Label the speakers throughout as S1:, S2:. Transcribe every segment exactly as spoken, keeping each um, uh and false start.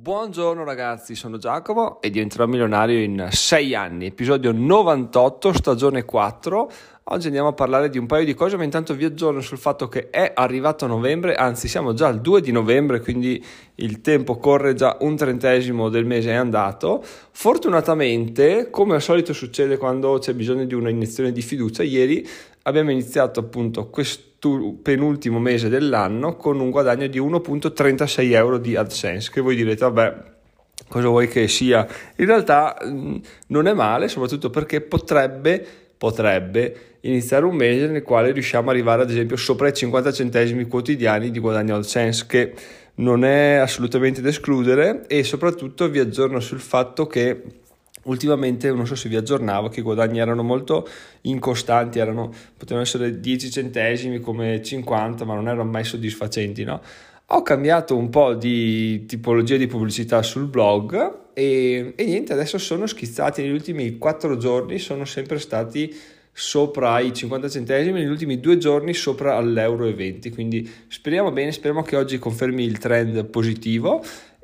S1: Buongiorno ragazzi, sono Giacomo e diventerò milionario in sei anni, episodio novantotto, stagione quattro. Oggi andiamo a parlare di un paio di cose, ma intanto vi aggiorno sul fatto che è arrivato novembre, anzi siamo già al due di novembre, quindi il tempo corre, già un trentesimo del mese è andato. Fortunatamente, come al solito succede quando c'è bisogno di una iniezione di fiducia, ieri abbiamo iniziato appunto questo penultimo mese dell'anno con un guadagno di uno virgola trentasei euro di AdSense, che voi direte vabbè, cosa vuoi che sia? In realtà mh, non è male, soprattutto perché potrebbe potrebbe iniziare un mese nel quale riusciamo ad arrivare ad esempio sopra i cinquanta centesimi quotidiani di guadagno AdSense, che non è assolutamente da escludere. E soprattutto vi aggiorno sul fatto che ultimamente, non so se vi aggiornavo, che i guadagni erano molto incostanti, erano, potevano essere dieci centesimi come cinquanta, ma non erano mai soddisfacenti, no? Ho cambiato un po' di tipologia di pubblicità sul blog e, e niente, adesso sono schizzati, negli ultimi quattro giorni sono sempre stati sopra i cinquanta centesimi, negli ultimi due giorni sopra all'euro e venti, quindi speriamo bene, speriamo che oggi confermi il trend positivo.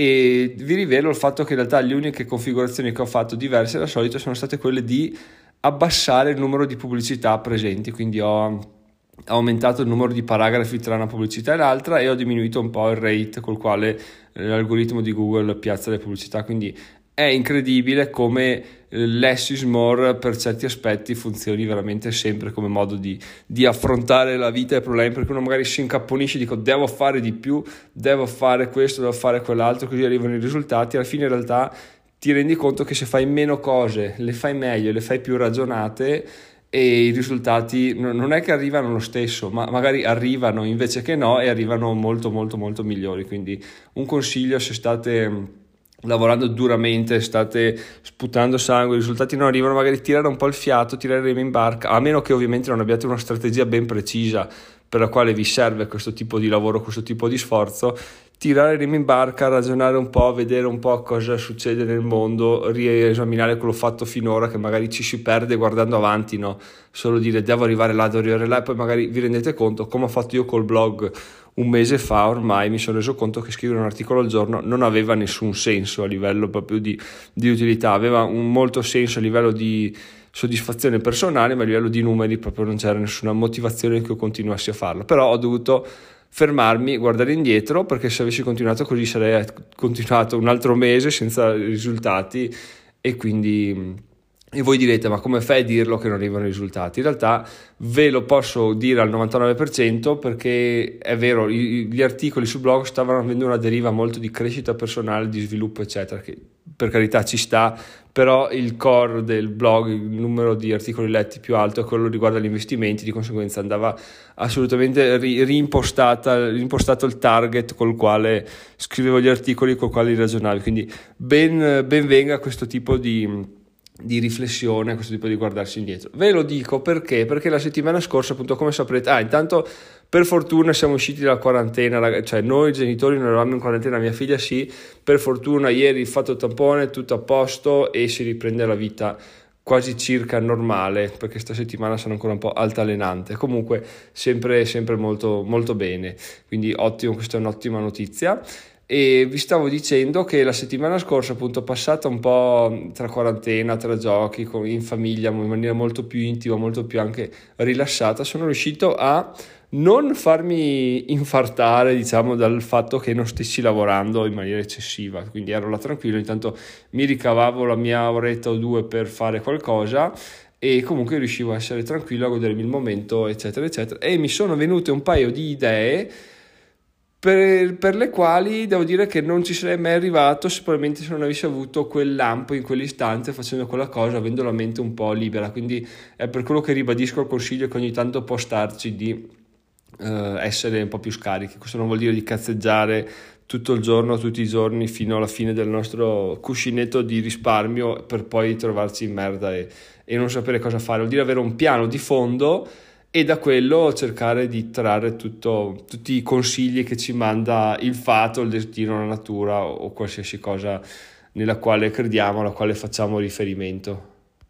S1: E vi rivelo il fatto che in realtà le uniche configurazioni che ho fatto diverse dal solito sono state quelle di abbassare il numero di pubblicità presenti, quindi ho aumentato il numero di paragrafi tra una pubblicità e l'altra e ho diminuito un po' il rate col quale l'algoritmo di Google piazza le pubblicità. Quindi è incredibile come less is more per certi aspetti funzioni veramente sempre come modo di, di affrontare la vita e i problemi, perché uno magari si incapponisce e dico devo fare di più, devo fare questo, devo fare quell'altro, così arrivano i risultati. Alla fine in realtà ti rendi conto che se fai meno cose, le fai meglio, le fai più ragionate, e i risultati non è che arrivano lo stesso, ma magari arrivano invece che no, e arrivano molto molto molto migliori. Quindi un consiglio: se state lavorando duramente, state sputando sangue, i risultati non arrivano, magari tirare un po' il fiato, tirare il remo in barca, a meno che ovviamente non abbiate una strategia ben precisa per la quale vi serve questo tipo di lavoro, questo tipo di sforzo. Tirare il remo in barca, ragionare un po', vedere un po' cosa succede nel mondo, riesaminare quello fatto finora, che magari ci si perde guardando avanti, no? Solo dire devo arrivare là, devo arrivare là, e poi magari vi rendete conto, come ho fatto io col blog un mese fa ormai, mi sono reso conto che scrivere un articolo al giorno non aveva nessun senso a livello proprio di, di utilità, aveva un molto senso a livello di soddisfazione personale, ma a livello di numeri proprio non c'era nessuna motivazione che io continuassi a farlo. Però ho dovuto fermarmi, guardare indietro, perché se avessi continuato così sarei continuato un altro mese senza risultati. E quindi, e voi direte ma come fai a dirlo che non arrivano i risultati? In realtà ve lo posso dire al novantanove per cento, perché è vero, gli articoli sul blog stavano avendo una deriva molto di crescita personale, di sviluppo eccetera, che per carità ci sta, però il core del blog, il numero di articoli letti più alto è quello riguardo agli investimenti, di conseguenza andava assolutamente ri- reimpostata, reimpostato il target col quale scrivevo gli articoli, col quale ragionavo. Quindi ben, ben venga questo tipo di di riflessione, questo tipo di guardarsi indietro. Ve lo dico perché perché la settimana scorsa, appunto, come saprete, ah intanto per fortuna siamo usciti dalla quarantena, cioè noi genitori non eravamo in quarantena, mia figlia sì, per fortuna ieri fatto il tampone, tutto a posto e si riprende la vita quasi circa normale, perché sta settimana sarà ancora un po' altalenante. Comunque sempre sempre molto molto bene, quindi ottimo, questa è un'ottima notizia. E vi stavo dicendo che la settimana scorsa, appunto, passata un po' tra quarantena, tra giochi, con, in famiglia, in maniera molto più intima, molto più anche rilassata, sono riuscito a non farmi infartare, diciamo, dal fatto che non stessi lavorando in maniera eccessiva. Quindi ero là tranquillo, intanto mi ricavavo la mia oretta o due per fare qualcosa e comunque riuscivo a essere tranquillo, a godermi il momento, eccetera eccetera. E mi sono venute un paio di idee Per, per le quali devo dire che non ci sarei mai arrivato se probabilmente se non avessi avuto quel lampo in quell'istante facendo quella cosa, avendo la mente un po' libera. Quindi è per quello che ribadisco il consiglio che ogni tanto può starci di eh, essere un po' più scarichi. Questo non vuol dire di cazzeggiare tutto il giorno, tutti i giorni fino alla fine del nostro cuscinetto di risparmio per poi trovarci in merda e, e non sapere cosa fare. Vuol dire avere un piano di fondo e da quello cercare di trarre tutto, tutti i consigli che ci manda il fato, il destino, la natura o qualsiasi cosa nella quale crediamo, alla quale facciamo riferimento.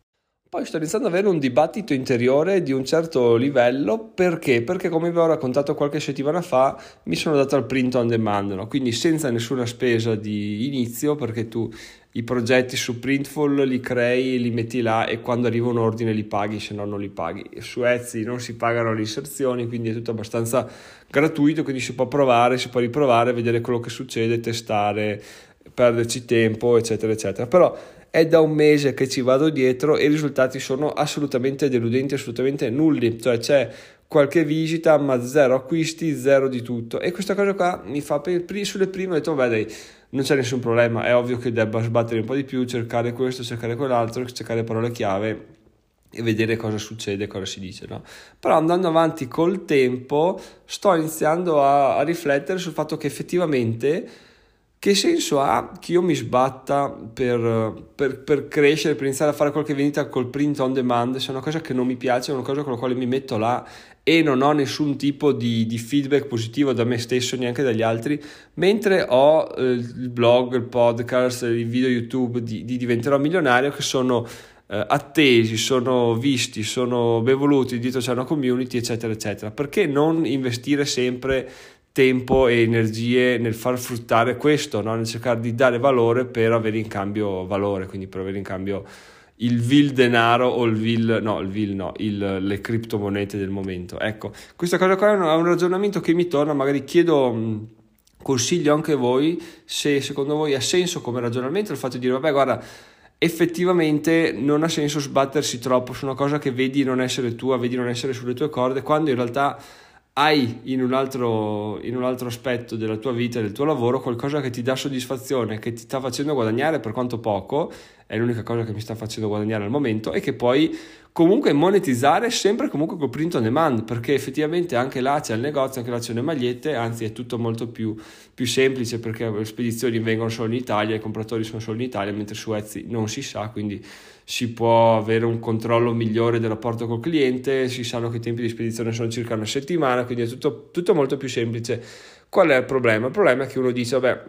S1: Poi sto iniziando ad avere un dibattito interiore di un certo livello, perché? Perché come vi ho raccontato qualche settimana fa mi sono dato al print on demand, no? Quindi senza nessuna spesa di inizio, perché tu i progetti su Printful li crei, li metti là e quando arriva un ordine li paghi, se no non li paghi. Su Etsy non si pagano le inserzioni, quindi è tutto abbastanza gratuito, quindi si può provare, si può riprovare, vedere quello che succede, testare, perderci tempo, eccetera, eccetera. Però è da un mese che ci vado dietro e i risultati sono assolutamente deludenti, assolutamente nulli, cioè c'è qualche visita ma zero acquisti, zero di tutto, e questa cosa qua mi fa per, per, sulle prime ho detto vabbè dai, non c'è nessun problema, è ovvio che debba sbattere un po' di più, cercare questo, cercare quell'altro, cercare parole chiave e vedere cosa succede, cosa si dice, no? Però andando avanti col tempo sto iniziando a, a riflettere sul fatto che effettivamente che senso ha che io mi sbatta per, per, per crescere, per iniziare a fare qualche vendita col print on demand, se è una cosa che non mi piace, è una cosa con la quale mi metto là e non ho nessun tipo di, di feedback positivo da me stesso, neanche dagli altri, mentre ho eh, il blog, il podcast, i video YouTube di, di Diventerò Milionario che sono eh, attesi, sono visti, sono ben voluti, dietro c'è una community, eccetera, eccetera. Perché non investire sempre tempo e energie nel far fruttare questo, no? Nel cercare di dare valore per avere in cambio valore, quindi per avere in cambio il vil denaro o il vil, no, il vil no, il, le criptomonete del momento. Ecco, questa cosa qua è un, è un ragionamento che mi torna, magari chiedo mh, consiglio anche a voi, se secondo voi ha senso come ragionamento il fatto di dire vabbè guarda, effettivamente non ha senso sbattersi troppo su una cosa che vedi non essere tua, vedi non essere sulle tue corde, quando in realtà hai in un altro in un altro aspetto della tua vita, del tuo lavoro, qualcosa che ti dà soddisfazione, che ti sta facendo guadagnare per quanto poco, è l'unica cosa che mi sta facendo guadagnare al momento, e che puoi comunque monetizzare sempre comunque col print on demand, perché effettivamente anche là c'è il negozio, anche là c'è le magliette, anzi è tutto molto più, più semplice, perché le spedizioni vengono solo in Italia, i compratori sono solo in Italia, mentre su Etsy non si sa, quindi si può avere un controllo migliore del rapporto col cliente, si sanno che i tempi di spedizione sono circa una settimana, quindi è tutto, tutto molto più semplice. Qual è il problema? Il problema è che uno dice, vabbè,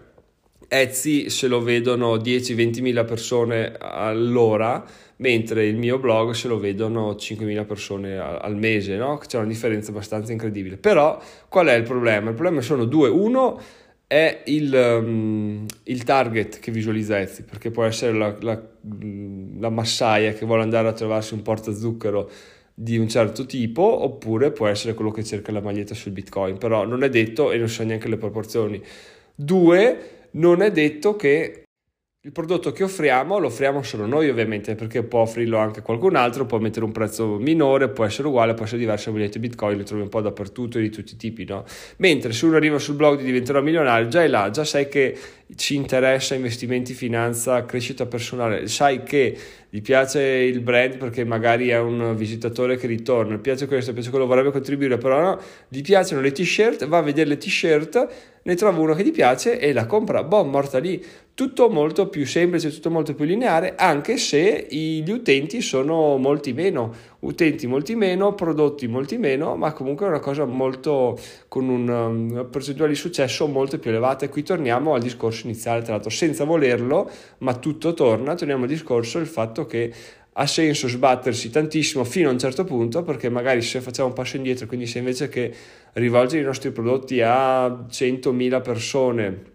S1: Etsy se lo vedono dieci venti mila persone all'ora, mentre il mio blog se lo vedono cinquemila persone al mese, no? C'è una differenza abbastanza incredibile. Però qual è il problema? Il problema sono due. Uno è il, um, il target che visualizza Etsy, perché può essere la, la, la massaia che vuole andare a trovarsi un portazucchero di un certo tipo, oppure può essere quello che cerca la maglietta sul Bitcoin, però non è detto e non so neanche le proporzioni. Due, non è detto che il prodotto che offriamo lo offriamo solo noi, ovviamente, perché può offrirlo anche qualcun altro, può mettere un prezzo minore, può essere uguale, può essere diverso. Magliette Bitcoin le trovi un po' dappertutto e di tutti i tipi, no? Mentre se uno arriva sul blog di Diventerò Milionario, già è là, già sai che ci interessa investimenti, finanza, crescita personale, sai che gli piace il brand perché magari è un visitatore che ritorna, gli piace questo, gli piace quello, vorrebbe contribuire, però no, gli piacciono le t-shirt, va a vedere le t-shirt, ne trova uno che gli piace e la compra, boh, morta lì. Tutto molto più semplice, tutto molto più lineare, anche se gli utenti sono molti meno, utenti molti meno, prodotti molti meno, ma comunque è una cosa molto, con una percentuale di successo molto più elevata. E qui torniamo al discorso iniziale, tra l'altro senza volerlo, ma tutto torna, torniamo al discorso del fatto che ha senso sbattersi tantissimo fino a un certo punto, perché magari se facciamo un passo indietro, quindi se invece che rivolgere i nostri prodotti a centomila persone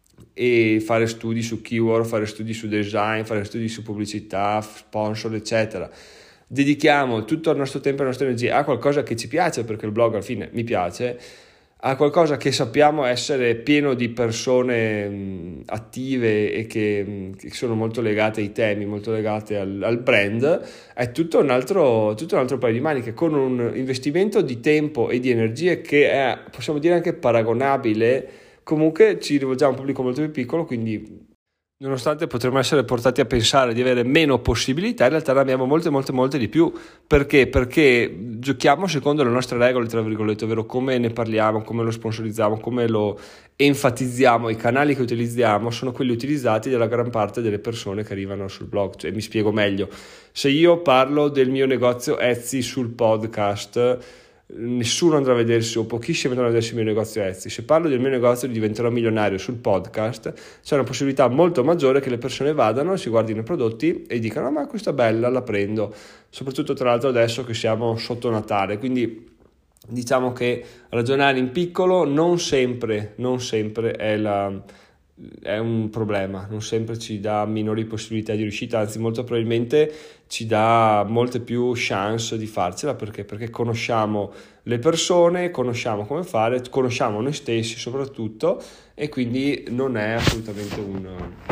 S1: e fare studi su keyword, fare studi su design, fare studi su pubblicità, sponsor, eccetera, dedichiamo tutto il nostro tempo e la nostra energia a qualcosa che ci piace, perché il blog alla fine mi piace, a qualcosa che sappiamo essere pieno di persone mh, attive e che, mh, che sono molto legate ai temi, molto legate al, al brand, è tutto un altro tutto un altro paio di maniche, con un investimento di tempo e di energie che è, possiamo dire, anche paragonabile. Comunque ci rivolgiamo a un pubblico molto più piccolo, quindi nonostante potremmo essere portati a pensare di avere meno possibilità, in realtà ne abbiamo molte molte molte di più. Perché? Perché giochiamo secondo le nostre regole, tra virgolette, ovvero come ne parliamo, come lo sponsorizziamo, come lo enfatizziamo. I canali che utilizziamo sono quelli utilizzati dalla gran parte delle persone che arrivano sul blog. Cioè, mi spiego meglio: se io parlo del mio negozio Etsy sul podcast, nessuno andrà a vedersi o pochissimi andranno a vedersi il mio negozio Etsy. Se parlo del mio negozio diventerò milionario sul podcast, c'è una possibilità molto maggiore che le persone vadano, si guardino i prodotti e dicano: ma questa è bella, la prendo, soprattutto tra l'altro adesso che siamo sotto Natale. Quindi diciamo che ragionare in piccolo non sempre, non sempre è la è un problema, non sempre ci dà minori possibilità di riuscita, anzi molto probabilmente ci dà molte più chance di farcela. Perché? Perché conosciamo le persone, conosciamo come fare, conosciamo noi stessi soprattutto, e quindi non è assolutamente un,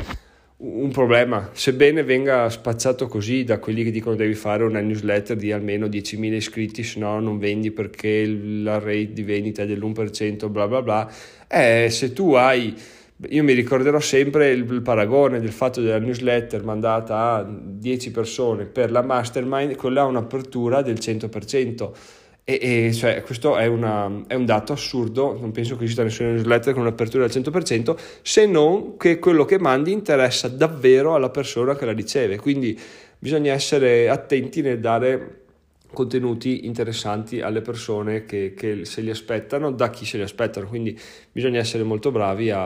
S1: un problema, sebbene venga spacciato così da quelli che dicono devi fare una newsletter di almeno diecimila iscritti, se no non vendi perché la rate di vendita è dell'uno per cento, bla bla bla. Eh, se tu hai Io mi ricorderò sempre il, il paragone del fatto della newsletter mandata a dieci persone per la mastermind, quella ha un'apertura del cento per cento, e, e cioè questo è, una, è un dato assurdo. Non penso che esista nessuna newsletter con un'apertura del cento per cento, se non che quello che mandi interessa davvero alla persona che la riceve. Quindi bisogna essere attenti nel dare contenuti interessanti alle persone che, che se li aspettano, da chi se li aspettano. Quindi bisogna essere molto bravi a,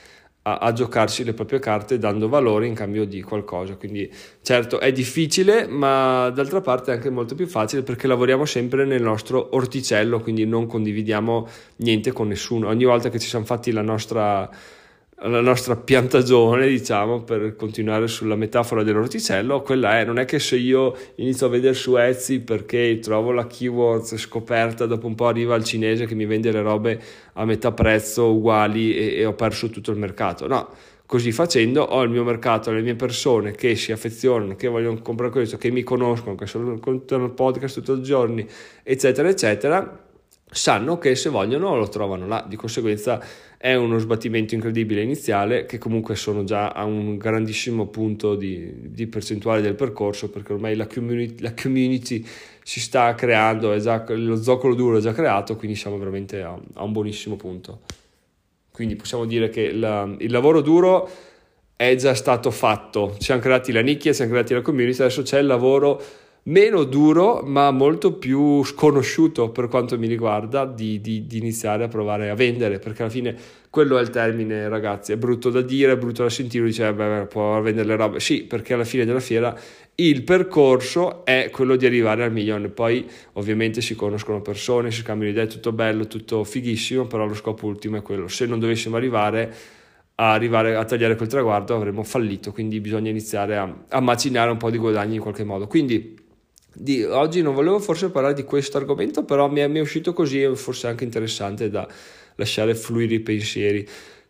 S1: a, a giocarsi le proprie carte dando valore in cambio di qualcosa. Quindi certo è difficile, ma d'altra parte è anche molto più facile perché lavoriamo sempre nel nostro orticello, quindi non condividiamo niente con nessuno. Ogni volta che ci siamo fatti la nostra la nostra piantagione, diciamo, per continuare sulla metafora dell'orticello, quella è, non è che se io inizio a vedere su Etsy perché trovo la keyword scoperta, dopo un po' arriva il cinese che mi vende le robe a metà prezzo uguali e, e ho perso tutto il mercato. No, così facendo ho il mio mercato, le mie persone che si affezionano, che vogliono comprare questo, che mi conoscono, che sono il podcast tutti i giorni, eccetera eccetera, sanno che se vogliono lo trovano là. Di conseguenza è uno sbattimento incredibile iniziale, che comunque sono già a un grandissimo punto di, di percentuale del percorso, perché ormai la community, la community si sta creando, è già, lo zoccolo duro è già creato, quindi siamo veramente a, a un buonissimo punto. Quindi possiamo dire che la, il lavoro duro è già stato fatto, ci siamo creati la nicchia, ci siamo creati la community, adesso c'è il lavoro meno duro ma molto più sconosciuto per quanto mi riguarda di, di, di iniziare a provare a vendere, perché alla fine quello è il termine, ragazzi. È brutto da dire, è brutto da sentire, dice beh, può vendere le robe, sì, perché alla fine della fiera il percorso è quello di arrivare al milione. Poi ovviamente si conoscono persone, si scambiano idee, tutto bello, tutto fighissimo, però lo scopo ultimo è quello. Se non dovessimo arrivare a arrivare a tagliare quel traguardo avremmo fallito, quindi bisogna iniziare a, a macinare un po' di guadagni in qualche modo. Quindi Di, oggi non volevo forse parlare di questo argomento, però mi è, mi è uscito così e forse anche interessante da lasciare fluire i pensieri.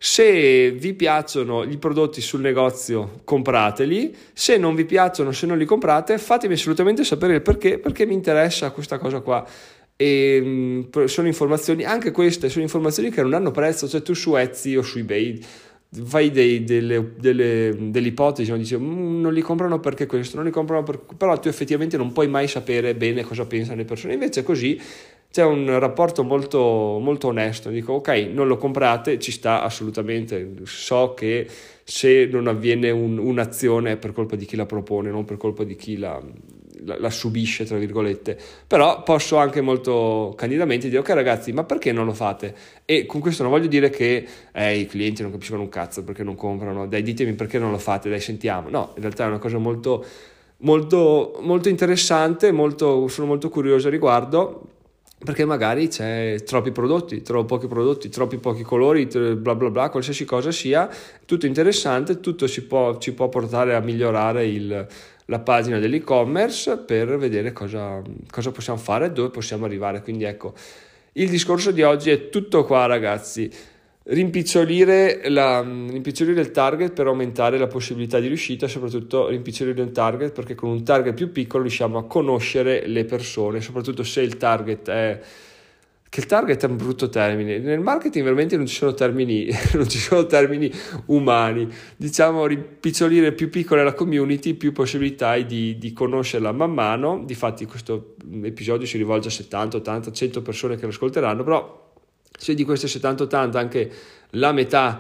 S1: Se vi piacciono i prodotti sul negozio, comprateli. Se non vi piacciono, se non li comprate, fatemi assolutamente sapere il perché, perché mi interessa questa cosa qua. E mh, sono informazioni, anche queste sono informazioni che non hanno prezzo. Cioè tu su Etsy o su eBay fai dei, delle, delle, delle ipotesi, no? Dici mm, non li comprano perché questo, non li comprano per... però tu effettivamente non puoi mai sapere bene cosa pensano le persone. Invece così c'è un rapporto molto, molto onesto. Dico ok, non lo comprate, ci sta assolutamente, so che se non avviene un, un'azione è per colpa di chi la propone, non per colpa di chi la, la, la subisce, tra virgolette. Però posso anche molto candidamente dire ok ragazzi, ma perché non lo fate? E con questo non voglio dire che eh, i clienti non capiscono un cazzo perché non comprano, dai ditemi perché non lo fate, dai sentiamo. No, in realtà è una cosa molto molto molto interessante, molto, sono molto curioso a riguardo, perché magari c'è troppi prodotti, troppo pochi prodotti, troppi pochi colori, bla bla bla, qualsiasi cosa sia, tutto interessante, tutto si può, ci può portare a migliorare il, la pagina dell'e-commerce per vedere cosa, cosa possiamo fare, dove possiamo arrivare. Quindi ecco, il discorso di oggi è tutto qua ragazzi. Rimpicciolire, la, rimpicciolire il target per aumentare la possibilità di riuscita, soprattutto rimpicciolire il target perché con un target più piccolo riusciamo a conoscere le persone, soprattutto se il target è... che il target è un brutto termine, nel marketing veramente non ci sono termini non ci sono termini umani, diciamo rimpicciolire più piccola la community, più possibilità hai di, di conoscerla man mano. Difatti questo episodio si rivolge a settanta, ottanta, cento persone che lo ascolteranno, però se di queste settanta ottanta anche la metà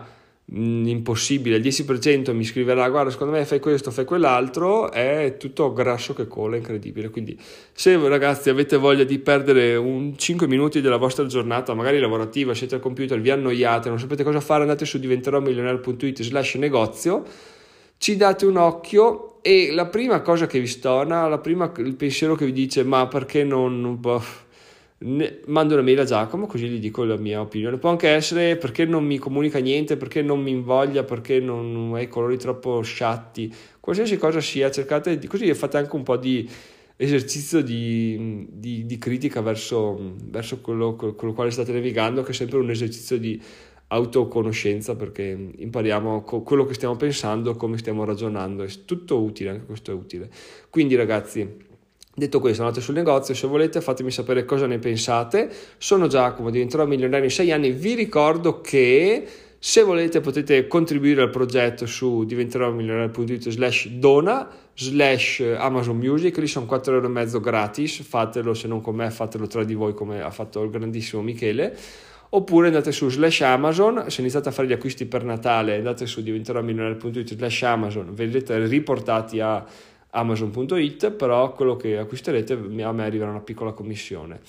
S1: mh, impossibile, il dieci per cento mi scriverà guarda secondo me fai questo, fai quell'altro, è tutto grasso che cola, incredibile. Quindi se voi ragazzi avete voglia di perdere un cinque minuti della vostra giornata magari lavorativa, siete al computer, vi annoiate, non sapete cosa fare, andate su diventerò milionario punto it slash negozio, ci date un occhio e la prima cosa che vi stona, la prima, il pensiero che vi dice ma perché non... Boh, ne, mando una mail a Giacomo così gli dico la mia opinione. Può anche essere perché non mi comunica niente, perché non mi invoglia, perché non ha i colori troppo sciatti, qualsiasi cosa sia, cercate di, così fate anche un po' di esercizio di, di, di critica verso, verso quello con lo quale state navigando, che è sempre un esercizio di autoconoscenza, perché impariamo co- quello che stiamo pensando, come stiamo ragionando, è tutto utile, anche questo è utile. Quindi ragazzi, detto questo, andate sul negozio, se volete fatemi sapere cosa ne pensate. Sono Giacomo, diventerò milionario in sei anni. Vi ricordo che se volete potete contribuire al progetto su diventerò milionario punto it slash dona slash Amazon Music, lì sono quattro euro e mezzo gratis, fatelo, se non con me fatelo tra di voi come ha fatto il grandissimo Michele, oppure andate su slash Amazon, se iniziate a fare gli acquisti per Natale andate su diventerò milionario punto it slash Amazon, vedrete riportati a Amazon punto it, però quello che acquisterete a me arriverà una piccola commissione.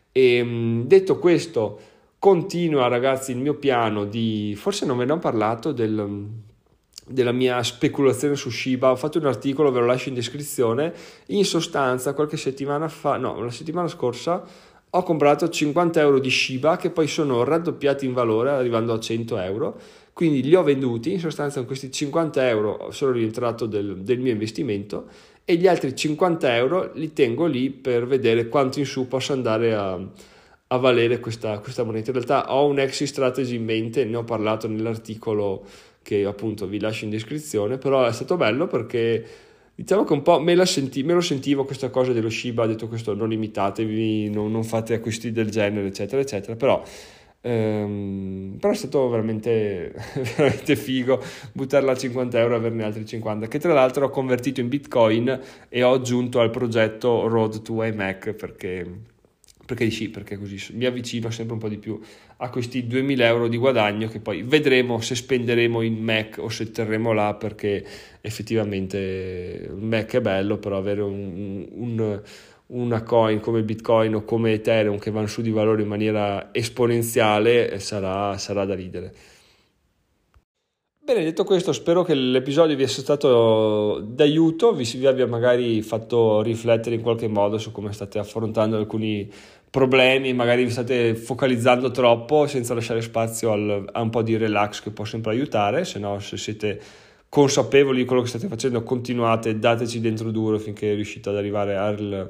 S1: E detto questo, continua ragazzi il mio piano di, forse non ve ne ho parlato del, della mia speculazione su Shiba, ho fatto un articolo, ve lo lascio in descrizione. In sostanza qualche settimana fa, no la settimana scorsa ho comprato cinquanta euro di Shiba che poi sono raddoppiati in valore arrivando a cento euro, quindi li ho venduti. In sostanza con questi cinquanta euro sono rientrato del, del mio investimento e gli altri cinquanta euro li tengo lì per vedere quanto in su posso andare a, a valere questa, questa moneta. In realtà ho un exit strategy in mente, ne ho parlato nell'articolo che appunto vi lascio in descrizione, però è stato bello perché diciamo che un po' me, la senti, me lo sentivo questa cosa dello Shiba, detto questo non imitatevi, non, non fate acquisti del genere eccetera eccetera, però Ehm, però è stato veramente, veramente figo buttarla a cinquanta euro e averne altri cinquanta, che tra l'altro ho convertito in Bitcoin e ho aggiunto al progetto Road to iMac perché, perché sì, perché così mi avvicino sempre un po' di più a questi duemila euro di guadagno che poi vedremo se spenderemo in Mac o se terremo là, perché effettivamente il Mac è bello, però avere un, un una coin come Bitcoin o come Ethereum che vanno su di valore in maniera esponenziale sarà, sarà da ridere. Bene, detto questo, spero che l'episodio vi sia stato d'aiuto, vi, vi abbia magari fatto riflettere in qualche modo su come state affrontando alcuni problemi, magari vi state focalizzando troppo senza lasciare spazio al, a un po' di relax che può sempre aiutare. Se no, se siete consapevoli di quello che state facendo, continuate, dateci dentro duro finché riuscite ad arrivare al,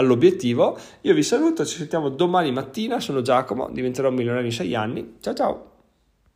S1: all'obiettivo. Io vi saluto, ci sentiamo domani mattina, sono Giacomo, diventerò milionario in sei anni, ciao ciao!